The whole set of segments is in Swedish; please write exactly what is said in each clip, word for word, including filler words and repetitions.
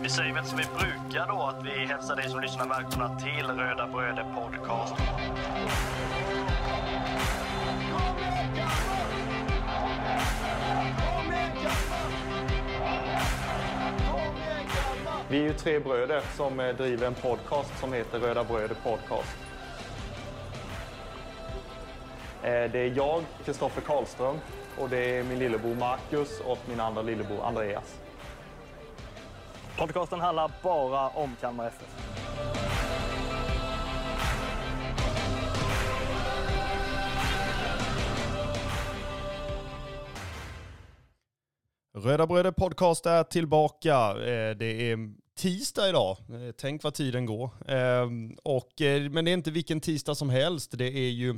Vi säger väl som vi brukar då, att vi hälsar dig som lyssnar välkomna till Röda Bröder Podcast. Vi är ju tre bröder som driver en podcast som heter Röda Bröder Podcast. Det är jag, Kristoffer Karlström, och det är min lillebror Marcus och min andra lillebror Andreas. Podcasten handlar bara om Kalmar F F. Röda Bröder Podcast är tillbaka. Det är tisdag idag. Tänk vad tiden går. Och, men det är inte vilken tisdag som helst. Det är ju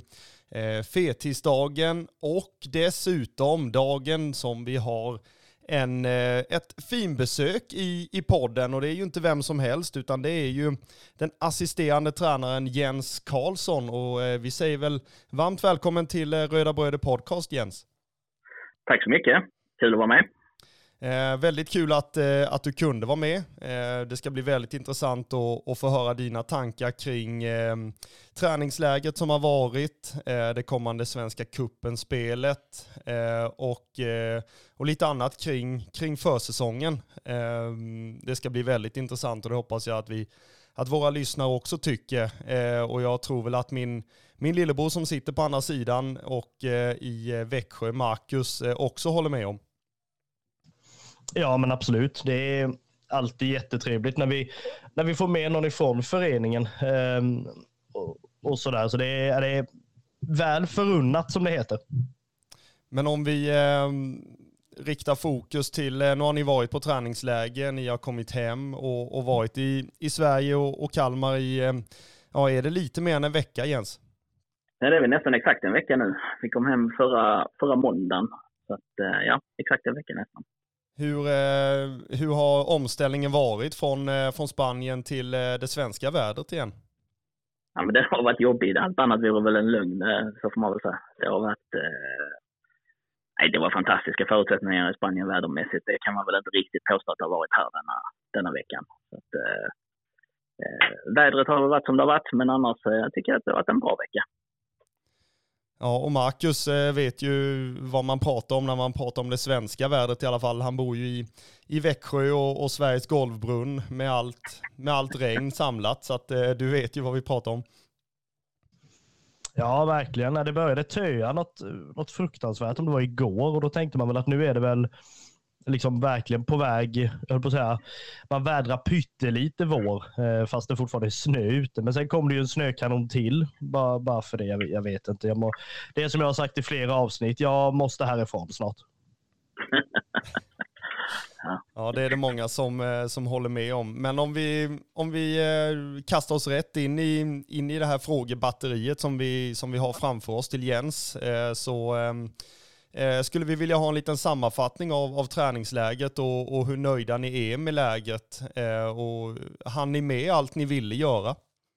fettisdagen och dessutom dagen som vi har en, ett finbesök i, i podden. Och det är ju inte vem som helst, utan det är ju den assisterande tränaren Jens Karlsson. Och vi säger väl varmt välkommen till Röda Bröder Podcast, Jens. Tack så mycket. Kul att vara med. Eh, väldigt kul att, eh, att du kunde vara med. Eh, det ska bli väldigt intressant att, att få höra dina tankar kring eh, träningsläget som har varit, eh, det kommande Svenska Cupen-spelet eh, och, eh, och lite annat kring, kring försäsongen. Eh, det ska bli väldigt intressant och det hoppas jag att, vi, att våra lyssnare också tycker. Eh, och jag tror väl att min, min lillebror som sitter på andra sidan och eh, i Växjö, Marcus, eh, också håller med om. Ja, men absolut. Det är alltid jättetrevligt när vi, när vi får med någon ifrån föreningen eh, och, och sådär. Så det är, det är väl förunnat, som det heter. Men om vi eh, riktar fokus till, eh, nu har ni varit på träningsläger, ni har kommit hem och, och varit i, i Sverige och, och Kalmar i, eh, ja, är det lite mer än en vecka, Jens? Ja, det är väl nästan exakt en vecka nu. Vi kom hem förra, förra måndagen. Så att, eh, ja, exakt en vecka nästan. Hur, eh, hur har omställningen varit från, eh, från Spanien till eh, det svenska vädret igen? Ja, men det har varit jobbigt. Allt annat vore väl en lugn, eh, så får man väl säga. Det har varit... Eh, nej, det var fantastiska förutsättningar i Spanien vädermässigt. Det kan man väl inte riktigt påstå att det har varit här denna, denna veckan. Så att, eh, eh, vädret har varit som det har varit, men annars eh, tycker jag att det har varit en bra vecka. Ja, och Marcus vet ju vad man pratar om när man pratar om det svenska vädret i alla fall. Han bor ju i, i Växjö och, och Sveriges golvbrunn med allt, med allt regn samlat. Så att eh, du vet ju vad vi pratar om. Ja, verkligen. När det började töa något, något fruktansvärt, om det var igår. Och då tänkte man väl att nu är det väl liksom verkligen på väg, jag höll på att säga, man vädrar pyttelite vår, eh, fast det fortfarande är snö ute. Men sen kom det ju en snökanon till, bara, bara för det, jag, jag vet inte. Jag må, det är som jag har sagt i flera avsnitt, jag måste härifrån snart. Ja, det är det många som, som håller med om. Men om vi, om vi kastar oss rätt in i, in i det här frågebatteriet som vi, som vi har framför oss till Jens, så skulle vi vilja ha en liten sammanfattning av, av träningsläget och, och hur nöjda ni är med läget. Och hann ni med allt ni ville göra?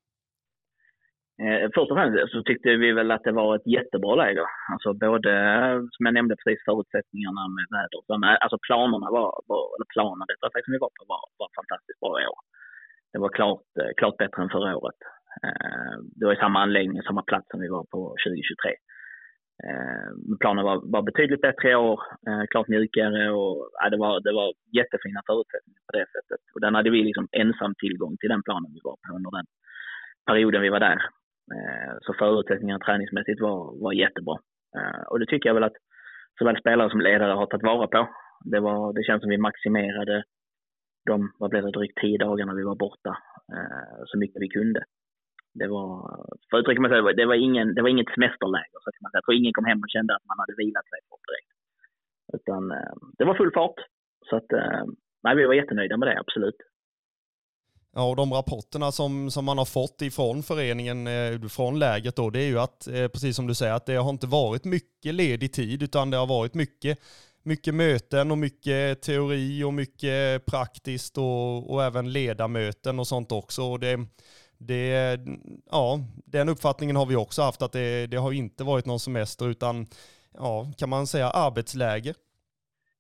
Eh, först och främst så tyckte vi väl att det var ett jättebra läge. Alltså både, som jag nämnde precis, förutsättningarna med väder. Alltså planerna var, var eller planen rättare sagt som vi var på var, var fantastiskt bra i år. Det var klart, klart bättre än förra året. Eh, det var i samma anläggning, samma plats som vi var på tjugo tjugotre. Eh, planen var, var betydligt bättre i år, eh, klart mjukare och ja, det, var, det var jättefina förutsättningar på det sättet. Och den hade vi liksom ensam tillgång till den planen vi var på under den perioden vi var där. Så förutsättningarna träningsmässigt var, var jättebra. Och det tycker jag väl att såväl spelare som ledare har tagit vara på. Det, var, det känns som vi maximerade de, vad blev det, drygt tio dagarna vi var borta så mycket vi kunde. Det var, för att uttrycka mig så, det var, ingen, det var inget semesterläger. Så kan man säga. Jag tror ingen kom hem och kände att man hade vilat sig på direkt. Utan det var full fart. Så att, nej, vi var jättenöjda med det, absolut. Ja, och de rapporterna som, som man har fått ifrån föreningen, eh, från läget då, det är ju att, eh, precis som du säger, att det har inte varit mycket ledig tid, utan det har varit mycket, mycket möten och mycket teori och mycket praktiskt och, och även ledarmöten och sånt också. Och det, det, ja, den uppfattningen har vi också haft, att det, det har inte varit någon semester utan, ja, kan man säga arbetsläger?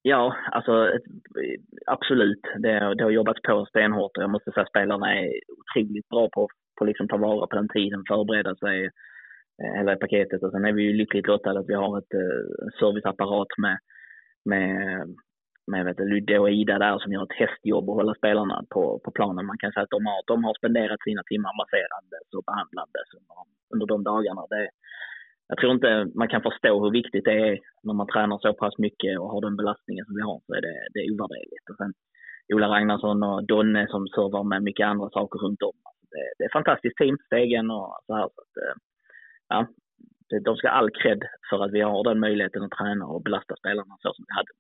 Ja, alltså absolut. Det, det har jobbats på stenhårt och jag måste säga att spelarna är otroligt bra på att liksom ta vara på den tiden, förbereda sig hela paketet. Och sen är vi ju lyckligt lottade att vi har ett uh, serviceapparat med, med, med vet du, Ludde och Ida där som gör ett hästjobb och håller spelarna på, på planen. Man kan säga att de har, de har spenderat sina timmar masserandes och behandlandes under, under de dagarna. Det, jag tror inte man kan förstå hur viktigt det är när man tränar så pass mycket och har den belastningen som vi har, så är det, det är ovärderligt. Och sen Ola Ragnarsson och Donne som servar med mycket andra saker runt om. Det, det är ett fantastiskt team, Stegen och så här. Så att, ja, de ska all cred för att vi har den möjligheten att träna och belasta spelarna så som vi hade.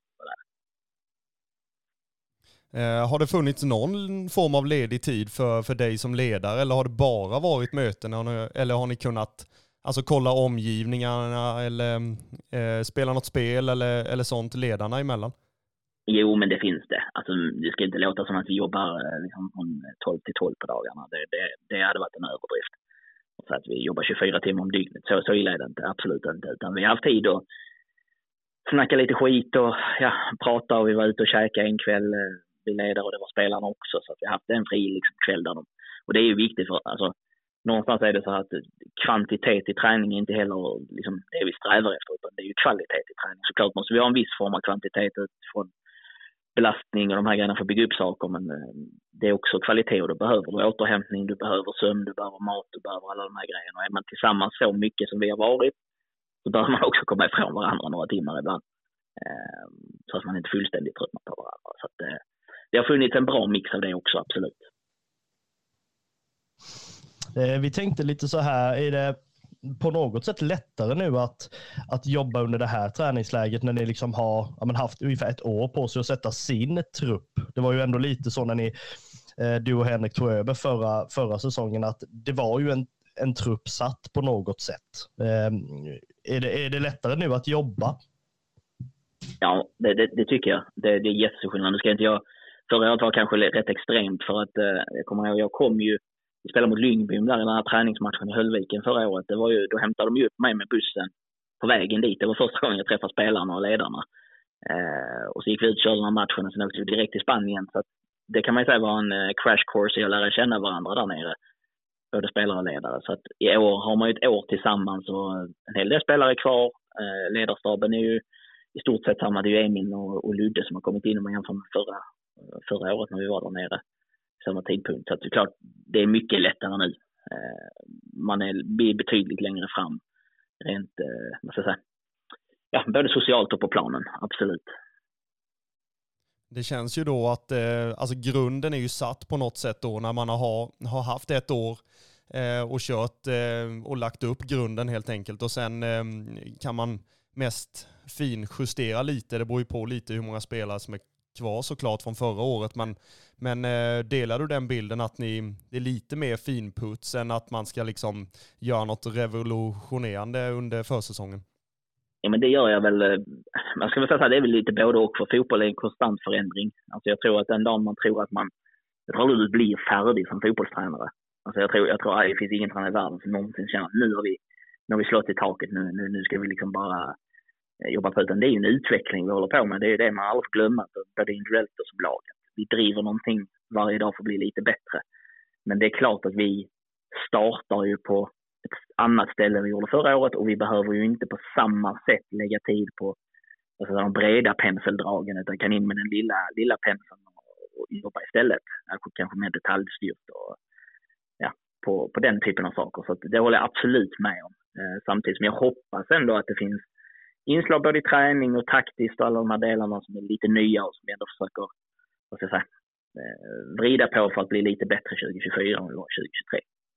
Eh, har det funnits någon form av ledig tid för, för dig som ledare, eller har det bara varit möten, eller har ni kunnat alltså kolla omgivningarna eller eh, spela något spel eller, eller sånt ledarna emellan? Jo, men det finns det. Alltså, det ska inte låta som att vi jobbar liksom, från tolv till tolv på dagarna. Det, det, det hade varit en överdrift. Så att vi jobbar tjugofyra timmar om dygnet. Så, så illa är det inte, absolut inte. Utan vi har haft tid att snacka lite skit och ja, prata, och vi var ute och käka en kväll. Vi ledare och det var spelarna också. Så att vi har haft en fri liksom, kväll där de, och det är ju viktigt för, alltså, någonstans är det så att kvantitet i träning är inte heller liksom, det vi strävar efter, utan det är ju kvalitet i träning. Såklart måste vi ha en viss form av kvantitet utifrån belastning och de här grejerna för att bygga upp saker, men det är också kvalitet, och du behöver du återhämtning, du behöver sömn, du behöver mat, du behöver alla de här grejerna. Och är man tillsammans så mycket som vi har varit, så behöver man också komma ifrån varandra några timmar ibland. Så att man inte fullständigt tröttnar på varandra. Så att det, det har funnits en bra mix av det också, absolut. Vi tänkte lite så här, är det på något sätt lättare nu att, att jobba under det här träningsläget när ni liksom har ja, men haft ungefär ett år på sig att sätta sin trupp? Det var ju ändå lite så när ni, du och Henrik tog över förra, förra säsongen, att det var ju en, en trupp satt på något sätt. Är det, är det lättare nu att jobba? Ja, det, det, det tycker jag. Det, det är jätteskillnad. Nu ska inte jag, förra året var kanske rätt extremt, för att jag kommer ihåg, jag kom ju vi spelade mot Lyngbym där i den här träningsmatchen i Höllviken förra året. Det var ju, då hämtade de ju upp mig med bussen på vägen dit. Det var första gången jag träffade spelarna och ledarna. Eh, och så gick vi ut och körde den här matchen och sen åkte vi direkt till Spanien. Så att det kan man ju säga var en eh, crash course i att lära känna varandra där nere. Både spelare och ledare. Så att i år har man ju ett år tillsammans och en hel del spelare är kvar. Eh, ledarstaben är ju i stort sett samma. Det är ju Emil och, och Ludde som har kommit in, om man jämför med förra, förra året när vi var där nere. Samma tidpunkt. Så att det är klart, det är mycket lättare nu. Man är betydligt längre fram rent, vad ska jag säga, ja, både socialt och på planen, absolut. Det känns ju då att eh, alltså grunden är ju satt på något sätt då när man har, har haft ett år eh, och kört eh, och lagt upp grunden helt enkelt, och sen eh, kan man mest finjustera lite. Det beror ju på lite hur många spelare som är kvar såklart från förra året, men, men eh, delar du den bilden att ni, det är lite mer finputs än att man ska liksom göra något revolutionerande under försäsongen? Ja, men det gör jag väl. Man ska väl säga att det är väl lite både och, för fotboll är en konstant förändring. Alltså jag tror att den dagen man tror att man jag tror att du blir färdig som fotbollstränare. Alltså jag tror, jag tror att det finns ingen tränare i världen som någonsin känner att nu har vi, nu har vi slått i taket, nu, nu, nu ska vi liksom bara jobba på. Utan det är ju en utveckling vi håller på med. Det är det man aldrig får glömma, både individuellt och som laget. Vi driver någonting varje dag för att bli lite bättre. Men det är klart att vi startar ju på ett annat ställe vi gjorde förra året, och vi behöver ju inte på samma sätt lägga tid på alltså, de breda penseldragen, utan kan in med den lilla, lilla penseln och jobba istället. Kanske mer detaljstyrt och ja, på, på den typen av saker. Så det håller jag absolut med om. Eh, samtidigt som jag hoppas ändå att det finns inslag både i träning och taktiskt och alla de här delarna som är lite nya och som vi ändå försöker vad ska jag säga, eh, vrida på för att bli lite bättre tjugo tjugofyra än tjugo tjugotre.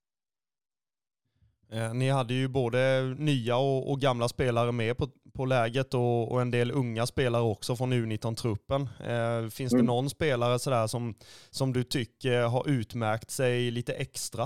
Eh, ni hade ju både nya och, och gamla spelare med på, på läget och, och en del unga spelare också från U nitton-truppen. Eh, finns mm. det någon spelare sådär som, som du tycker har utmärkt sig lite extra?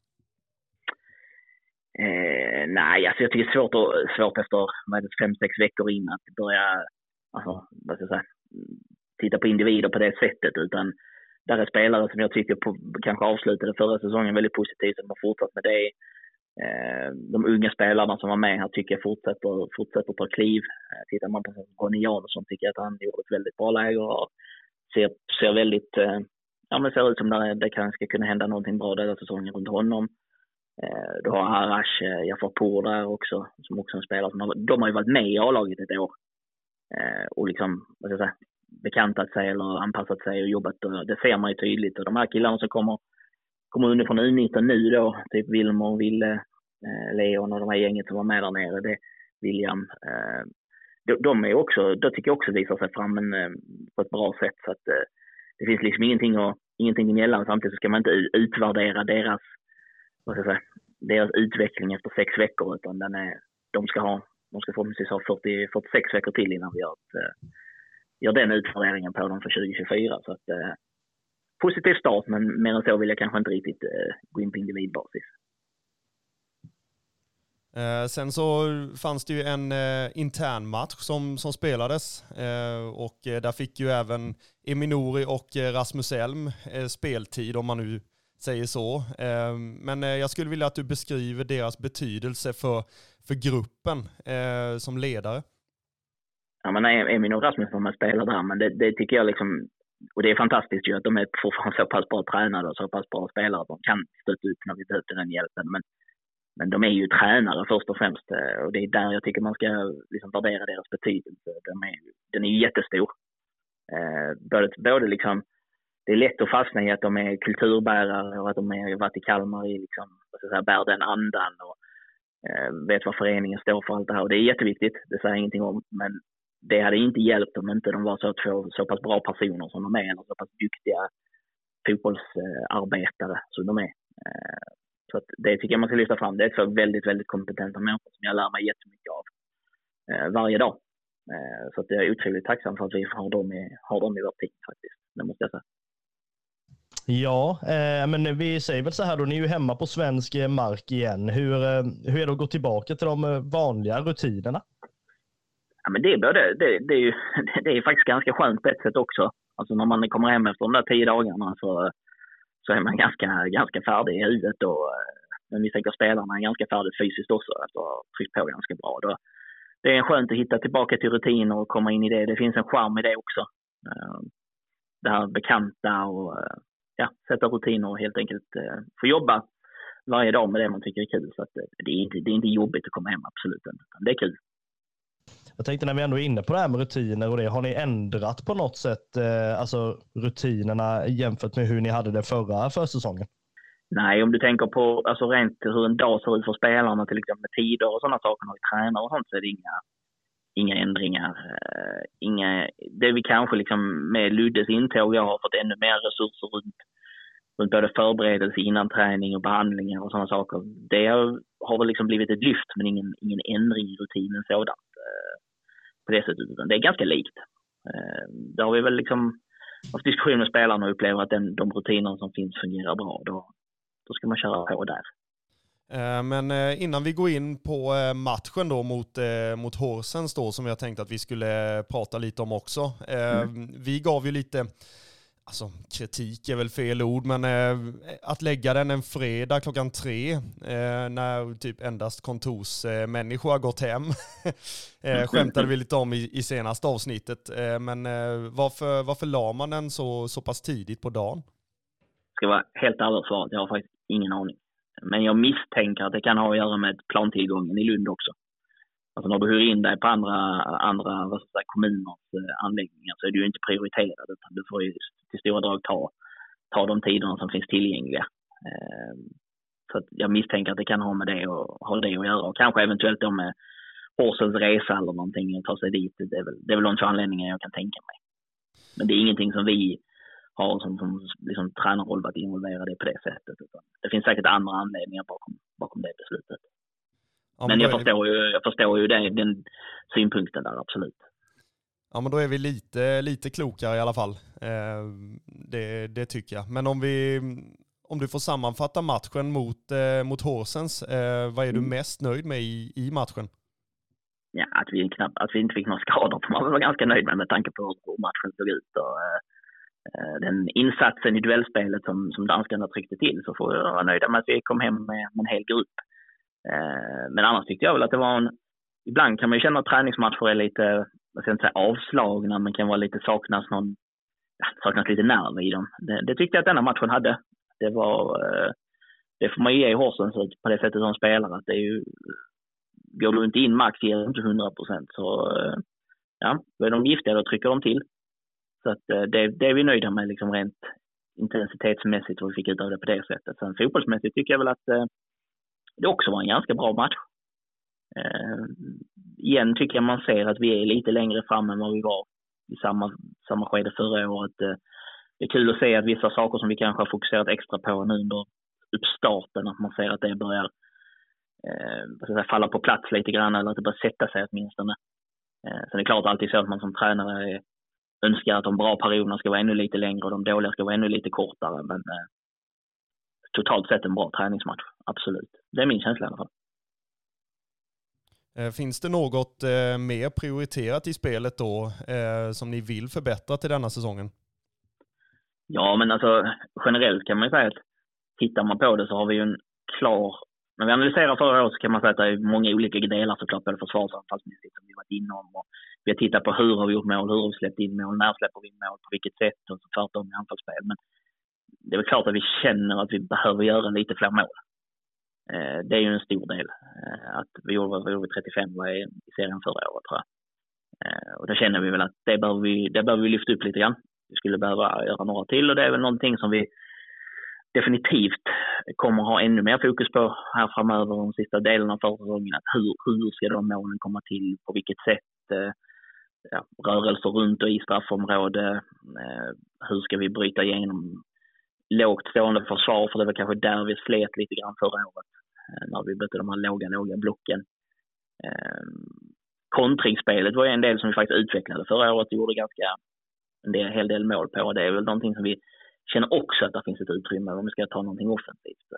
Eh, nej, alltså jag tycker det är svårt, och, svårt efter fem sex veckor in att börja alltså, vad ska jag säga, titta på individer på det sättet, utan där är spelare som jag tycker på, kanske avslutade förra säsongen väldigt positivt, som har fortsatt med det. Eh, de unga spelarna som var med här tycker jag fortsätter, fortsätter ta kliv. Eh, tittar man på Ronny Jansson tycker jag att han gjorde ett väldigt bra läge och ser, ser väldigt, eh, ja men ser ut som det, det kan ska kunna hända någonting bra den säsongen runt honom. Eh, du har Arash, eh, Jafar Pour där också, som också är en spelare som har, de har ju varit med i A-laget ett år. Eh, och liksom, vad ska jag säga, bekantat sig eller anpassat sig och jobbat. Och det ser man ju tydligt. Och de här killarna som kommer, kommer under från U nitton nu då, typ Wilmer, Ville, eh, Leon och de här gänget som var med där nere, det William. Eh, de, de är också, då tycker jag också visar sig fram en, eh, på ett bra sätt. Så att eh, det finns liksom ingenting, och, ingenting emellan. Samtidigt så ska man inte utvärdera deras, vad ska jag säga, deras utveckling efter sex veckor, utan den är, de ska ha de ska förhoppningsvis ha fyrtio, fyrtiosex veckor till innan vi gör, ett, eh, gör den utvärderingen på dem för tjugo tjugofyra. Så att, eh, positiv start, men mer än så vill jag kanske inte riktigt eh, gå in på individbasis. Eh, sen så fanns det ju en eh, intern match som, som spelades eh, och eh, där fick ju även Eminori och eh, Rasmus Elm eh, speltid, om man nu säger så. Eh, men eh, jag skulle vilja att du beskriver deras betydelse för, för gruppen eh, som ledare. Ja, men Emin och Rasmus som spelar där, men det, det tycker jag liksom, och det är fantastiskt ju att de är fortfarande så pass bra tränare och så pass bra spelare att de kan stötta ut när vi behöver den hjälpen. Men, men de är ju tränare först och främst, och det är där jag tycker man ska liksom värdera deras betydelse. De är, den är ju jättestor. Eh, både, både liksom, det är lätt att fastna i att de är kulturbärare och att de har varit i Kalmar i liksom, vad ska jag säga, bär den andan och eh, vet vad föreningen står för, allt det här. Och det är jätteviktigt, det säger jag ingenting om, men det hade inte hjälpt om inte de var så, två, så pass bra personer som de är, eller så pass duktiga fotbollsarbetare som de är. Så att det tycker jag man ska lyfta fram. Det är två väldigt, väldigt kompetenta människor som jag lär mig jättemycket av varje dag. Så att jag är otroligt tacksam för att vi har dem i, har dem i vårt team faktiskt. Det måste jag säga. Ja, eh, men vi säger väl så här då, ni är ju hemma på svensk mark igen. Hur, eh, hur är det att gå tillbaka till de vanliga rutinerna? Ja, men det är både, det, det är ju, det är faktiskt ganska skönt på ett sätt också. Alltså när man kommer hem efter de där tio dagarna så, så är man ganska, ganska färdig i huvudet och men vi tänker spelarna är ganska färdigt fysiskt också efter att ha tryckt på ganska bra. Då, det är skönt att hitta tillbaka till rutiner och komma in i det. Det finns en charm i det också. Det här bekanta och ja, sätta rutiner och helt enkelt få jobba varje dag med det man tycker är kul. Så att det, är inte, det är inte jobbigt att komma hem, absolut inte. Det är kul. Jag tänkte när vi ändå är inne på det här med rutiner och det, har ni ändrat på något sätt eh, alltså rutinerna jämfört med hur ni hade det förra försäsongen? Nej, om du tänker på alltså rent hur en dag ser ut för spelarna, till exempel med tider och sådana saker, och tränare och sånt, så är det inga, inga ändringar. Eh, inga, det vi kanske liksom med Luddes intåg, jag har fått ännu mer resurser runt, runt både förberedelse, innan träning och behandlingar och sådana saker. Det har, har väl liksom blivit ett lyft, men ingen, ingen ändring i rutinen sådant. Eh, på det sättet, utan det är ganska likt. Eh, där har vi väl liksom haft diskussion med spelarna och upplever att den, de rutiner som finns fungerar bra. Då, då ska man köra på där. Men innan vi går in på matchen då mot, mot Horsens då, som jag tänkte att vi skulle prata lite om också. Mm. Vi gav ju lite, alltså kritik är väl fel ord, men att lägga den en fredag klockan tre när typ endast kontorsmänniskor har gått hem. Skämtade vi lite om i, i senaste avsnittet. Men varför, varför la man den så, så pass tidigt på dagen? Ska vara helt ärligt svarat, jag har faktiskt ingen aning. Men jag misstänker att det kan ha att göra med plantillgången i Lund också. Alltså när du hyr in dig på andra, andra vad ska jag säga, kommuners anläggningar så är du ju inte prioriterad, utan du får ju till stora drag ta, ta de tiderna som finns tillgängliga. Så att jag misstänker att det kan ha med det och ha det att göra. Och kanske eventuellt då med Horsens resa eller någonting och ta sig dit. Det är väl, det är väl de två anledningar jag kan tänka mig. Men det är ingenting som vi har som, som liksom, tränarroll varit involverade i på det sättet. Utan det finns säkert andra anledningar bakom, bakom det beslutet. Ja, men men jag, förstår ju, jag förstår ju det, den synpunkten där, absolut. Ja, men då är vi lite, lite klokare i alla fall. Eh, det, det tycker jag. Men om, vi, om du får sammanfatta matchen mot, eh, mot Horsens, eh, vad är du mest nöjd med i, i matchen? Ja, att vi, knappt, att vi inte fick några skador får man var ganska nöjd med med tanke på hur matchen såg ut. Och, eh, den insatsen i duellspelet som, som danskarna tryckte till, så får jag vara nöjda med att vi kom hem med, med en hel grupp. Eh, men annars tyckte jag väl att det var en... Ibland kan man ju känna att träningsmatcher är lite, jag ska inte säga avslagna, men kan vara lite saknas någon, ja, saknas lite nerv i dem. Det, det tyckte jag att denna matchen hade. Det var, eh, det får man ju ge i Horsens på det sättet som spelare, att det är ju, går du inte in max ger inte hundra procent, så eh, ja, då är de giftiga, då trycker de till. Så att eh, det, det är vi nöjda med liksom rent intensitetsmässigt, och vi fick ut av det på det sättet. Sen fotbollsmässigt tycker jag väl att eh, det också var en ganska bra match. Uh, igen tycker jag man ser att vi är lite längre fram än vad vi var i samma, samma skede förra året. Uh, det är kul att se att vissa saker som vi kanske har fokuserat extra på nu under uppstarten, att man ser att det börjar uh, säga, falla på plats lite grann, eller att det börjar sätta sig åtminstone. Uh, sen är det klart alltid så att man som tränare önskar att de bra perioderna ska vara ännu lite längre och de dåliga ska vara ännu lite kortare, men uh, totalt sett en bra träningsmatch, absolut. Det är min känsla i alla fall. Finns det något eh, mer prioriterat i spelet då eh, som ni vill förbättra till denna säsongen? Ja, men alltså generellt kan man ju säga att tittar man på det så har vi ju en klar... När vi analyserar förra året så kan man säga att det är många olika delar såklart på det försvarsanfallsmässigt som vi har varit inom. Och vi har tittat på hur har vi gjort mål, hur har vi släppt in mål, när släpper vi in mål, på vilket sätt och så tvärtom i anfallsspel. Men det är väl klart att vi känner att vi behöver göra lite fler mål. Det är ju en stor del. Att vi gjorde, vi gjorde trettiofem i serien förra året, tror jag. Och då känner vi väl att det behöver vi, det behöver vi lyfta upp lite grann. Vi skulle behöva göra några till, och det är väl någonting som vi definitivt kommer ha ännu mer fokus på här framöver, de sista delarna av försäsongen. Att hur, hur ska de målen komma till? På vilket sätt? Ja, rörelser runt och i straffområde. Hur ska vi bryta igenom lågt stående försvar, för det var kanske där vi slet lite grann förra året när vi bytte de här låga, låga blocken. Eh, kontringsspelet var en del som vi faktiskt utvecklade förra året och gjorde ganska en del, hel del mål på. Det är väl någonting som vi känner också att det finns ett utrymme om vi ska ta någonting offensivt.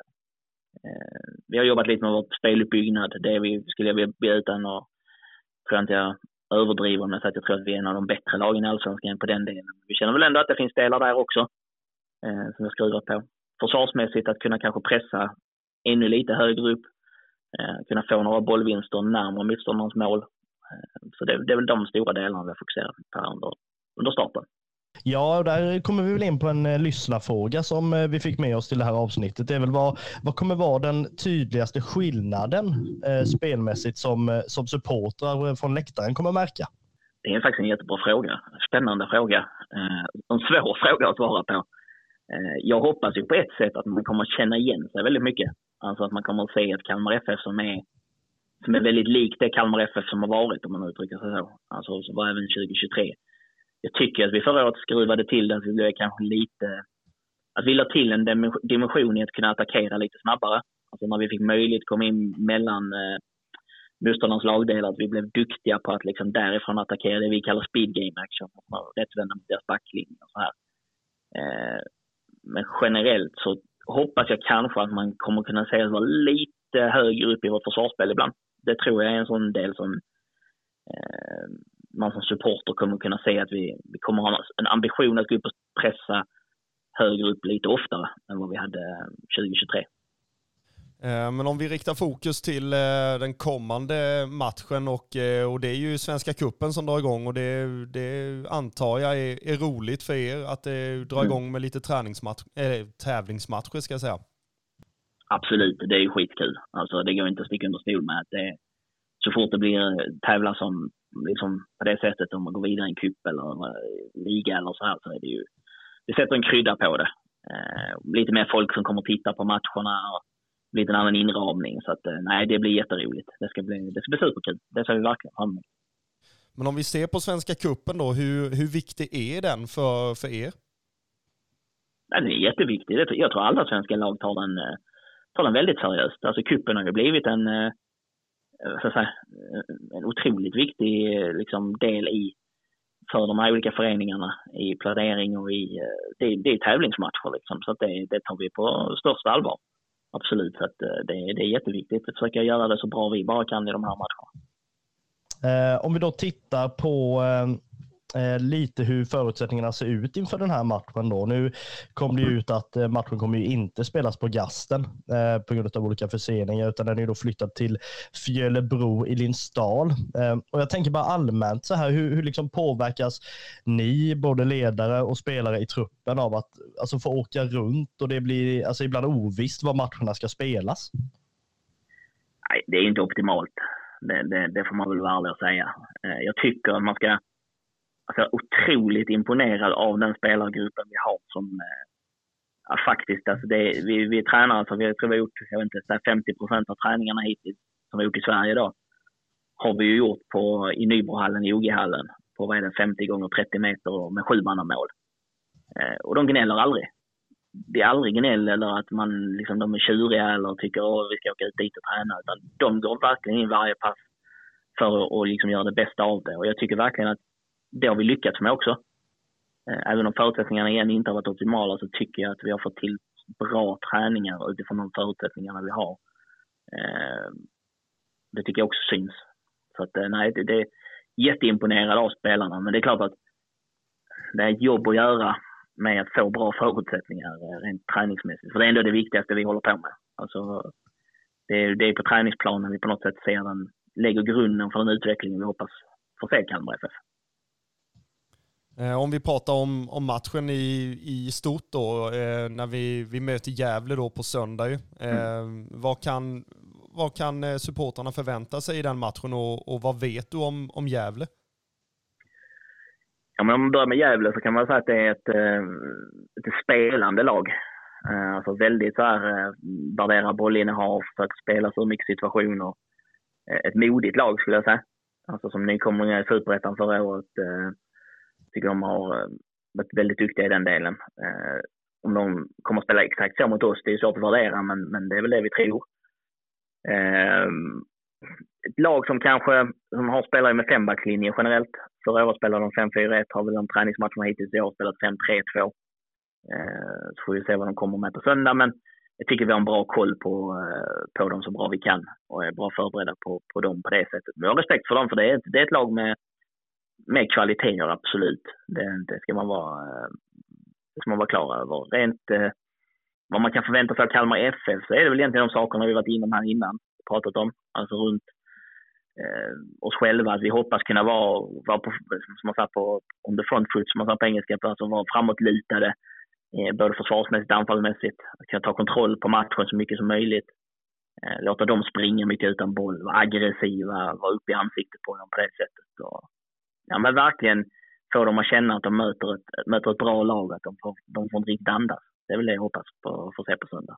Eh, vi har jobbat lite med vårt speluppbyggnad. Det vi skulle jag vilja be utan, och tror jag inte jag överdriver med att jag tror att vi är en av de bättre lagen i Allsvenskan på den delen. Vi känner väl ändå att det finns delar där också eh, som jag skriver på. Försvarsmässigt att kunna kanske pressa ännu lite högre upp. Eh, kunna få några bollvinster närmare motståndarens mål. Eh, så det, det är väl de stora delarna vi har fokuserat på under, under starten. Ja, och där kommer vi väl in på en eh, lyssnarfråga som eh, vi fick med oss till det här avsnittet. Det är väl vad, vad kommer vara den tydligaste skillnaden eh, spelmässigt som, eh, som supportrar från läktaren kommer märka? Det är faktiskt en jättebra fråga. Spännande fråga. Eh, en svår fråga att svara på. Eh, jag hoppas ju på ett sätt att man kommer känna igen sig väldigt mycket. Alltså att man kommer att se ett Kalmar F F som är, som är väldigt likt det Kalmar F F som har varit, om man uttrycker sig så. Alltså som var även tjugo tjugotre. Jag tycker att vi förra året skruvade till det, att vi blev kanske lite, att vi la till en dimension i att kunna attackera lite snabbare. Alltså när vi fick möjlighet att komma in mellan eh, motståndarnas lagdelar, att vi blev duktiga på att liksom därifrån attackera det vi kallar speed game action, rättvända mot deras backlinje och så här. Eh, men generellt så hoppas jag kanske att man kommer kunna se att vara lite högre upp i vårt försvarsspel ibland. Det tror jag är en sån del som eh, man som supporter kommer kunna se, att vi, vi kommer ha en ambition att gå upp och pressa högre upp lite oftare än vad vi hade tjugo tjugotre. Men om vi riktar fokus till den kommande matchen, och, och det är ju Svenska Cupen som drar igång, och det, det antar jag är, är roligt för er att det drar igång med lite träningsmatch, äh, tävlingsmatcher ska jag säga. Absolut, det är ju skitkul. Alltså det går inte att sticka under stol med att det, så fort det blir tävlar som liksom på det sättet, om man går vidare i en cup eller liga eller så här, så är det ju, det sätter en krydda på det. Eh, lite mer folk som kommer titta på matcherna och lite en annan inramning, så att nej, det blir jätteroligt. Det ska bli, det ska bli superkul. Det ska vi verkligen ha med. Men om vi ser på Svenska Cupen då, hur, hur viktig är den för, för er? Nej, det är jätteviktigt. Jag tror alla svenska lag tar den, tar den väldigt seriöst. Alltså cupen har ju blivit en, så att säga, en otroligt viktig liksom, del i för de här olika föreningarna i planering och i det, det är tävlingsmatcher liksom, så att det, det tar vi på största allvar. Absolut, så att det, det är jätteviktigt att försöka göra det så bra vi bara kan i de här matcherna. Eh, om vi då tittar på, eh, eh, lite hur förutsättningarna ser ut inför den här matchen då. Nu kom det ju ut att eh, matchen kommer ju inte spelas på Gasten eh, på grund av olika förseningar, utan den är då flyttad till Fjällebro i Lindsdal. Eh, och jag tänker bara allmänt så här, hur, hur liksom påverkas ni, både ledare och spelare i truppen, av att alltså, få åka runt och det blir alltså, ibland ovisst var matcherna ska spelas? Nej, det är inte optimalt. Det, det, det får man väl vara ärlig att säga. Jag tycker att man ska... Alltså, otroligt imponerad av den spelargruppen vi har som... Ja, faktiskt, alltså det, vi, vi tränar, alltså, vi, jag tror vi har gjort jag vet inte, femtio procent av träningarna hittills som vi har gjort i Sverige idag. Har vi ju gjort på, i Nybrohallen, i O G-hallen. På vad är det, femtio gånger trettio meter med sju mannamål. Och de gnäller aldrig. Det är aldrig gnäll eller att man liksom, de är tjuriga eller tycker att vi ska åka ut dit och träna, utan de går verkligen in varje pass för att och liksom göra det bästa av det. Och jag tycker verkligen att det har vi lyckats med också. Även om förutsättningarna igen inte har varit optimala, så tycker jag att vi har fått till bra träningar utifrån de förutsättningarna vi har. Det tycker jag också syns. Så att nej, det är jätteimponerad av spelarna, men det är klart att det är ett jobb att göra med att få bra förutsättningar rent träningsmässigt. För det är ändå det viktigaste vi håller på med. Alltså, det, är, det är på träningsplanen vi på något sätt ser den, lägger grunden för den utvecklingen vi hoppas få se Kalmar F F. Om vi pratar om, om matchen i, i stort då, eh, när vi, vi möter Gävle då på söndag. Eh, mm. vad, kan, vad kan supportarna förvänta sig i den matchen och, och vad vet du om, om Gävle? Ja, men om man börjar med Gävle så kan man säga att det är ett, ett spelande lag. Alltså väldigt så här, värdera bollinnehav, försöker spela så mycket situationer. Ett modigt lag skulle jag säga. Alltså som nykomlingar i Superettan förra året. Tycker de har varit väldigt duktiga i den delen. Om de kommer att spela exakt så mot oss, det är svårt att värdera, men, men det är väl det vi tror. Ett lag som kanske som har spelat med fembackslinje generellt. Förra året spelade de fem fyra ett, har väl de träningsmatcherna hittills i år spelat fem tre två. Eh, så får vi se vad de kommer med på söndag, men jag tycker vi har en bra koll på, eh, på dem så bra vi kan och är bra förberedda på, på dem på det sättet. Men jag har respekt för dem, för det är, det är ett lag med, med kvaliteter, absolut. Det, det ska man vara det ska man vara klar över. Rent eh, vad man kan förvänta sig av Kalmar F F, så är det väl egentligen de sakerna vi varit inom här innan pratat om, alltså runt eh, oss själva, att vi hoppas kunna vara, vara på, som man sagt på on the front foot, som man sagt på engelska, alltså vara framåtlutade, eh, både försvarsmässigt och anfallsmässigt, att kunna ta kontroll på matchen så mycket som möjligt, eh, låta dem springa mycket utan boll, vara aggressiva, vara uppe i ansiktet på dem på det sättet. Och, ja, men verkligen få dem att känna att de möter ett, möter ett bra lag, att de får, de får inte riktigt andas. Det är väl det jag hoppas på att få se på söndag.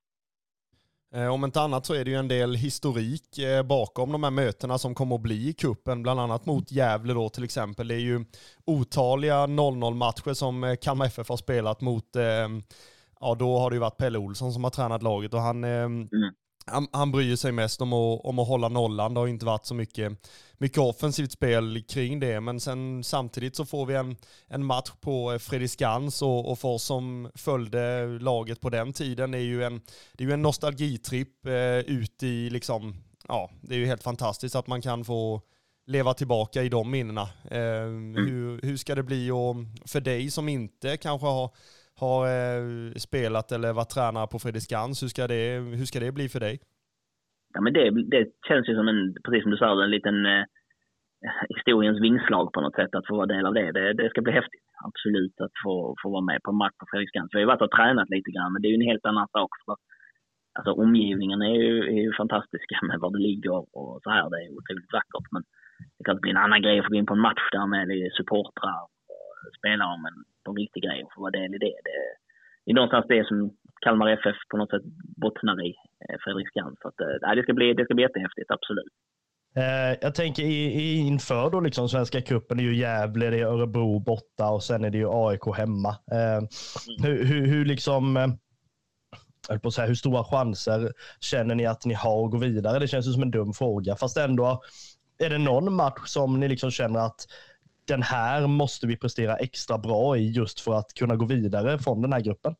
Om inte annat så är det ju en del historik bakom de här mötena som kommer att bli i kuppen, bland annat mot Gävle då till exempel. Det är ju otaliga noll noll-matcher som Kalmar F F har spelat mot, ja då har det ju varit Pelle Olsson som har tränat laget och han, mm. han, han bryr sig mest om att, om att hålla nollan. Det har ju inte varit så mycket, mycket offensivt spel kring det, men sen samtidigt så får vi en, en match på Fredriksskans och, och för oss som följde laget på den tiden är ju en, det är ju en nostalgitripp eh, ut i liksom, ja det är ju helt fantastiskt att man kan få leva tillbaka i de minnena. Eh, mm. hur, hur ska det bli och för dig som inte kanske har har eh, spelat eller varit tränare på Fredriksskans, hur ska det, hur ska det bli för dig? Ja, men det, det känns ju som en, precis som du sa, en liten eh, historiens vingslag på något sätt att få vara del av det. Det, det ska bli häftigt, absolut, att få, få vara med på match på Fredriksskans. Vi har ju varit och tränat lite grann, men det är ju en helt annan sak. För, alltså omgivningen är ju, är ju fantastiska med var det ligger och så här. Det är otroligt vackert, men det kan bli en annan grej att få gå in på en match där med supportrar och spela om en på en riktig grej och få vara del i det. Det, det är någonstans det som Kalmar F F på något sätt bottnar i Fredriksskans. Så att, äh, det, ska bli, det ska bli jättehäftigt, absolut. Eh, jag tänker i, i inför då liksom Svenska cupen, det är ju Gävle, det är Örebro borta och sen är det ju A I K hemma. Eh, mm. hur, hur, hur liksom eh, jag höll på att säga, hur stora chanser känner ni att ni har att gå vidare? Det känns ju som en dum fråga, fast ändå är det någon match som ni liksom känner att den här måste vi prestera extra bra i just för att kunna gå vidare från den här gruppen?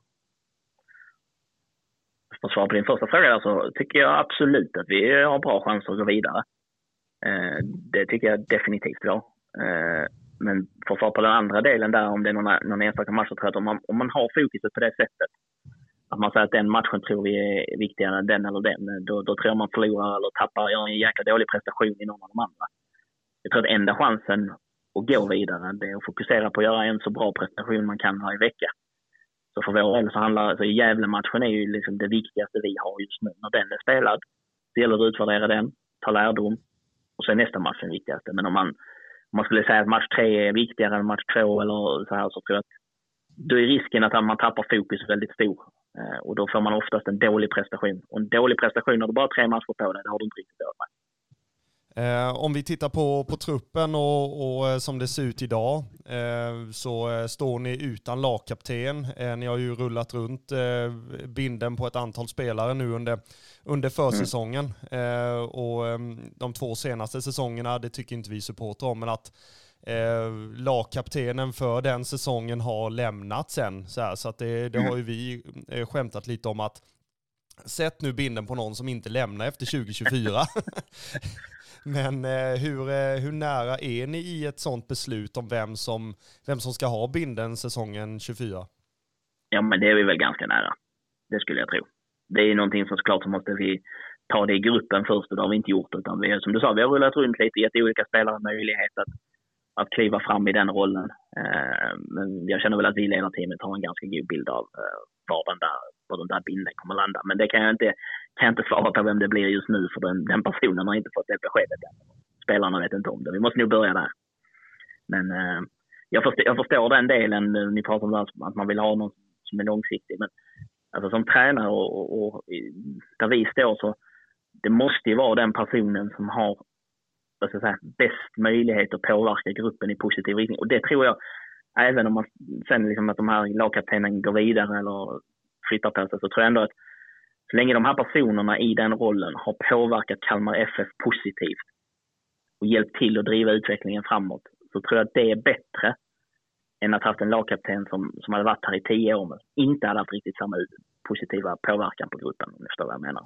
För att svara på din första fråga så tycker jag absolut att vi har bra chanser att gå vidare. Det tycker jag definitivt vi har. Men för att få på den andra delen där, om det är någon, någon enstaka match, tror jag att om man, om man har fokuset på det sättet, att man säger att den matchen tror vi är viktigare än den eller den, då, då tror jag man förlorar eller tappar, gör en jäkla dålig prestation i någon av de andra. Jag tror att enda chansen att gå vidare, det är att fokusera på att göra en så bra prestation man kan varje vecka. Så för vår del så handlar, alltså Gävle-matchen är ju liksom det viktigaste vi har just nu. När den är spelad, det gäller att utvärdera den, ta lärdom, och så är nästa match den viktigaste. Men om man, om man skulle säga att match tre är viktigare än match två eller så här, så tror jag att då är risken att man tappar fokus väldigt stor. Eh, och då får man oftast en dålig prestation. Och en dålig prestation när du bara har tre matcher på dig, det har du inte riktigt övat. Eh, om vi tittar på, på truppen och, och som det ser ut idag, eh, så eh, står ni utan lagkapten. Eh, ni har ju rullat runt eh, binden på ett antal spelare nu under, under försäsongen. Mm. Eh, och eh, de två senaste säsongerna, det tycker inte vi supporter om, men att eh, lagkaptenen för den säsongen har lämnat sen. Så, här, så att det, det har ju vi eh, skämtat lite om att sätt nu binden på någon som inte lämnar efter tjugo tjugofyra. Men eh, hur, eh, hur nära är ni i ett sånt beslut om vem som, vem som ska ha binden säsongen tjugofyra? Ja, men det är vi väl ganska nära. Det skulle jag tro. Det är någonting som såklart så måste vi ta det i gruppen först, och det har vi inte gjort. Utan vi, som du sa, vi har rullat runt lite, gett olika spelare möjlighet att, att kliva fram i den rollen. Eh, men jag känner väl att vi i ledarteamet har en ganska god bild av eh, var den där, var den där binden kommer landa. Men det kan jag inte, kan jag inte svara på vem det blir just nu, för den, den personen har inte fått det beskedet än. Spelarna vet inte om det. Vi måste nog börja där. Men eh, jag, förstår, jag förstår den delen. Ni pratar om det, att man vill ha någon som är långsiktig. Men alltså, som tränare och, och, och där vi står, så det måste ju vara den personen som har, vad ska jag säga, bäst möjlighet att påverka gruppen i positiv riktning. Och det tror jag, även om man sen liksom att de här lagkaptenen går vidare eller flyttar på sig, så tror jag ändå att så länge de här personerna i den rollen har påverkat Kalmar F F positivt och hjälpt till att driva utvecklingen framåt, så tror jag att det är bättre än att ha haft en lagkapten som, som hade varit här i tio år men inte hade haft riktigt samma positiva påverkan på gruppen, om ni förstår vad jag menar.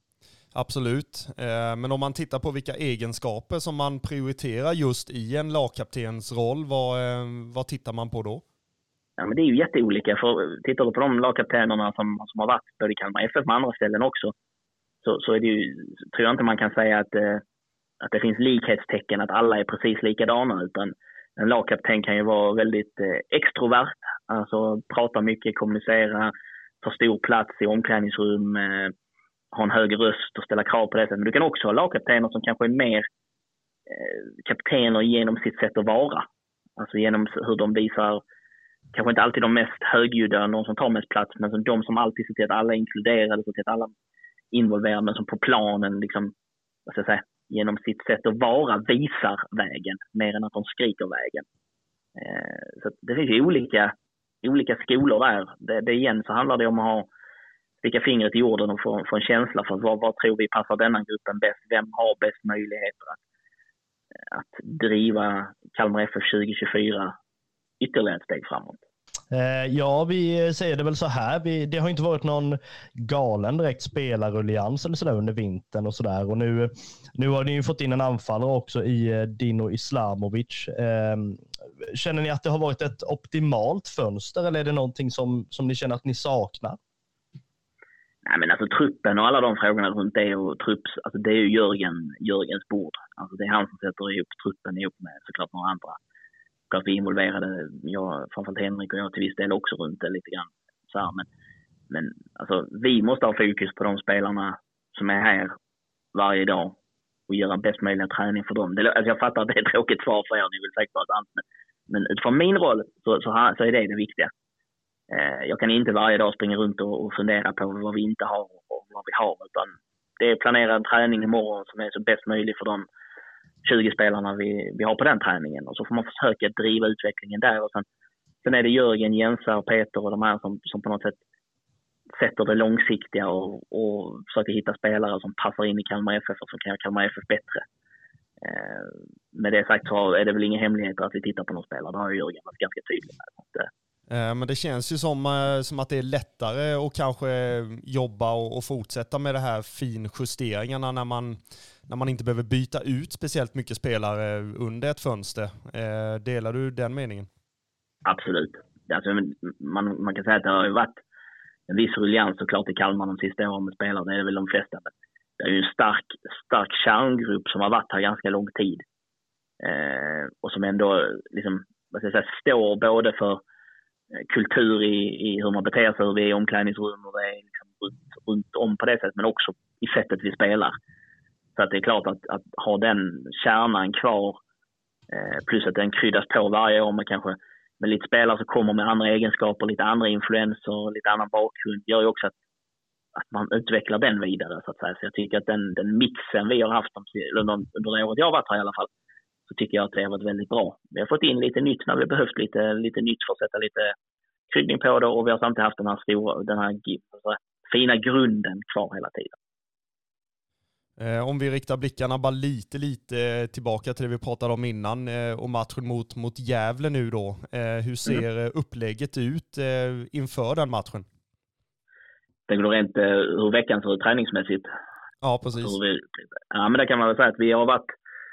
Absolut, men om man tittar på vilka egenskaper som man prioriterar just i en lagkaptens roll, vad, vad tittar man på då? Ja, men det är ju jätteolika. För tittar du på de lagkaptenerna som, som har varit både i Kalmar F F med andra ställen också, så, så är det ju, tror jag inte man kan säga att, eh, att det finns likhetstecken, att alla är precis likadana, utan en lagkapten kan ju vara väldigt eh, extrovert, alltså prata mycket, kommunicera, ta stor plats i omklädningsrum, eh, ha en hög röst och ställa krav på det. Men du kan också ha lagkaptener som kanske är mer eh, kaptener genom sitt sätt att vara. Alltså genom hur de visar, kanske inte alltid de mest högljudda, någon som tar mest plats, men som de som alltid ser till att alla är inkluderade, ser till att alla är involverade, men som på planen liksom, vad ska jag säga, genom sitt sätt att vara visar vägen mer än att de skriker vägen. Eh, så det finns ju olika, olika skolor där. Det, det igen så handlar det om att ha sticka fingret i jorden och få, få en känsla för vad, vad tror vi passar denna gruppen bäst? Vem har bäst möjligheter att, att driva Kalmar F F tjugo tjugofyra ytterligare ett steg framåt? Ja, vi säger det väl så här. Vi, det har inte varit någon galen direkt spelarrullians eller sådär under vintern och sådär. Och nu, nu har ni ju fått in en anfallare också i Dino Islamovic. Känner ni att det har varit ett optimalt fönster, eller är det någonting som, som ni känner att ni saknar? Nej, men alltså truppen och alla de frågorna runt det och trupps, alltså det är ju Jörgen, Jörgens bord. Alltså det är han som sätter ihop truppen ihop med såklart några andra. Klart vi involverade, jag, framförallt Henrik och jag till viss del också runt det lite grann. Så här, men men alltså, vi måste ha fokus på de spelarna som är här varje dag och göra bäst möjliga träning för dem. Det, alltså jag fattar att det är ett tråkigt svar för er, ni vill säkert något annat. Men, men utifrån min roll så, så, så är det det viktiga. Eh, jag kan inte varje dag springa runt och, och fundera på vad vi inte har och vad vi har. Utan det är planerad träning imorgon som är så bäst möjligt för dem. tjugo spelarna vi, vi har på den träningen, och så får man försöka driva utvecklingen där, och sen, sen är det Jörgen, Jensa och Peter och de här som, som på något sätt sätter det långsiktiga och, och försöker hitta spelare som passar in i Kalmar F F och som kan göra Kalmar F F bättre. Eh, med det sagt så är det väl ingen hemlighet att vi tittar på någon spelare. Det har Jörgen varit ganska tydlig med. Att, eh, Men det känns ju som, som att det är lättare att kanske jobba och, och fortsätta med det här finjusteringarna när man, när man inte behöver byta ut speciellt mycket spelare under ett fönster. Eh, delar du den meningen? Absolut. Alltså, man, man kan säga att det har ju varit en viss ruljans såklart i Kalmar de sista åren med spelare. Det är väl de flesta. Det är ju en stark, stark kärngrupp som har varit här ganska lång tid. Eh, och som ändå liksom, vad ska jag säga, står både för kultur i, i hur man beter sig, hur vi är i omklädningsrum och det är liksom runt, runt om på det sättet, men också i sättet vi spelar. Så att det är klart att, att ha den kärnan kvar, eh, plus att den kryddas på varje år med kanske med lite spelare som kommer med andra egenskaper, lite andra influenser, lite annan bakgrund, gör ju också att, att man utvecklar den vidare så att säga. Så jag tycker att den, den mixen vi har haft under, under det året jag har varit här i alla fall, så tycker jag att det har varit väldigt bra. Vi har fått in lite nytt när vi behövt lite, lite nytt för att sätta lite kryddning på det, och vi har samtidigt haft den här stora, den här alltså, fina grunden kvar hela tiden. Eh, om vi riktar blickarna bara lite, lite tillbaka till det vi pratade om innan eh, och matchen mot, mot Gävle nu då. Eh, hur ser mm. upplägget ut eh, inför den matchen? Det går rent eh, hur veckan ser ut träningsmässigt. Ja, precis. Vi, ja, men det kan man väl säga att vi har varit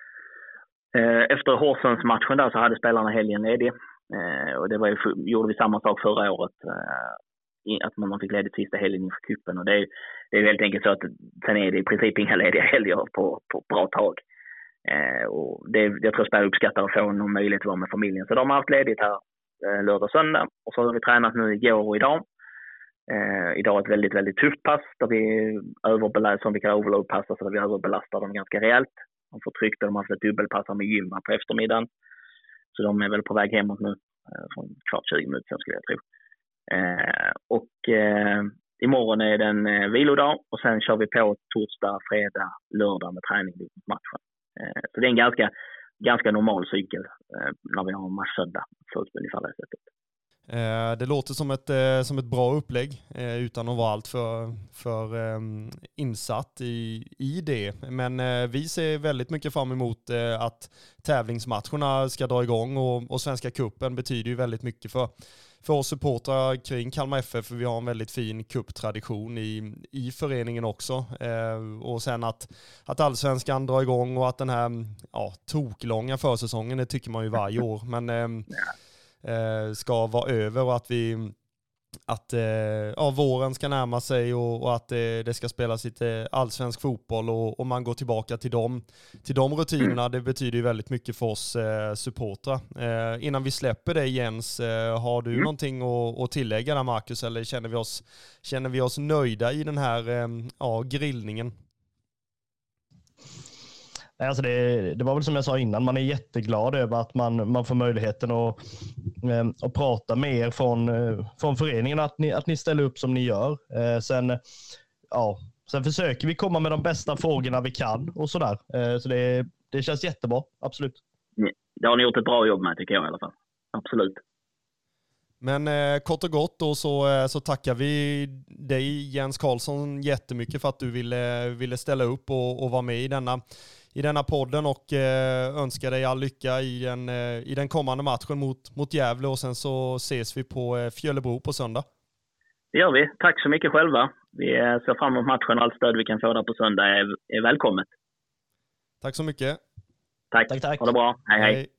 efter Horsens matchen där så hade spelarna helgen ledig. Eh, och det var ju, gjorde vi samma sak förra året. Eh, att man fick ledigt sista helgen inför kuppen. Och det är, det är ju helt enkelt så att sen är det i princip inga lediga helger på, på bra tag. Eh, och det, jag tror spelare uppskattar att få någon möjlighet att vara med familjen. Så de har haft ledigt här eh, lördag och söndag. Och så har vi tränat nu igår och idag. Eh, idag ett väldigt, väldigt tufft pass där vi överbelastar, som vi kan overload-passa, så där vi överbelastar dem ganska rejält. De får tryckt, de har haft ett dubbelpass med gymma på eftermiddagen. Så de är väl på väg hemåt nu. Eh, från kvart tjugo minuter sen skulle jag tro. Eh, och eh, imorgon är det en eh, vilodag. Och sen kör vi på torsdag, fredag, lördag med träning mot matchen. Eh, så det är en ganska, ganska normal cykel eh, när vi har en matchsöndag. Så ungefär det sättet. Eh, det låter som ett, eh, som ett bra upplägg eh, utan att vara allt för, för eh, insatt i, i det. Men eh, vi ser väldigt mycket fram emot eh, att tävlingsmatcherna ska dra igång, och, och Svenska Cupen betyder ju väldigt mycket för, för oss supportrar kring Kalmar F F, för vi har en väldigt fin cuptradition i, i föreningen också. Eh, och sen att, att allsvenskan drar igång och att den här ja, toklånga försäsongen, det tycker man ju varje år. Men eh, ska vara över, och att vi att eh, ja, våren ska närma sig, och, och att eh, det ska spelas lite allsvensk fotboll, och, och man går tillbaka till dem, till de rutinerna. Det betyder ju väldigt mycket för oss eh, supportrar. Eh, innan vi släpper det, Jens, eh, har du mm. någonting att, att tillägga där, Marcus, eller känner vi oss, känner vi oss nöjda i den här eh, ja, grillningen? Alltså det, det var väl som jag sa innan, man är jätteglad över att man, man får möjligheten att, eh, att prata med er från, eh, från föreningen, att ni, att ni ställer upp som ni gör. Eh, sen, ja, sen försöker vi komma med de bästa frågorna vi kan och sådär. Eh, så det, det känns jättebra, absolut. Det har ni gjort ett bra jobb med, tycker jag i alla fall. Absolut. Men eh, kort och gott då, så, eh, så tackar vi dig, Jens Karlsson, jättemycket för att du ville, ville ställa upp och, och vara med i denna, i denna podden, och eh, önskar dig all lycka i den, eh, i den kommande matchen mot, mot Gävle, och sen så ses vi på eh, Fjällebro på söndag. Det gör vi. Tack så mycket själva. Vi ser fram emot matchen, och allt stöd vi kan få där på söndag är, är välkommet. Tack så mycket. Tack. Tack, tack. Ha det bra. Hej, hej. hej.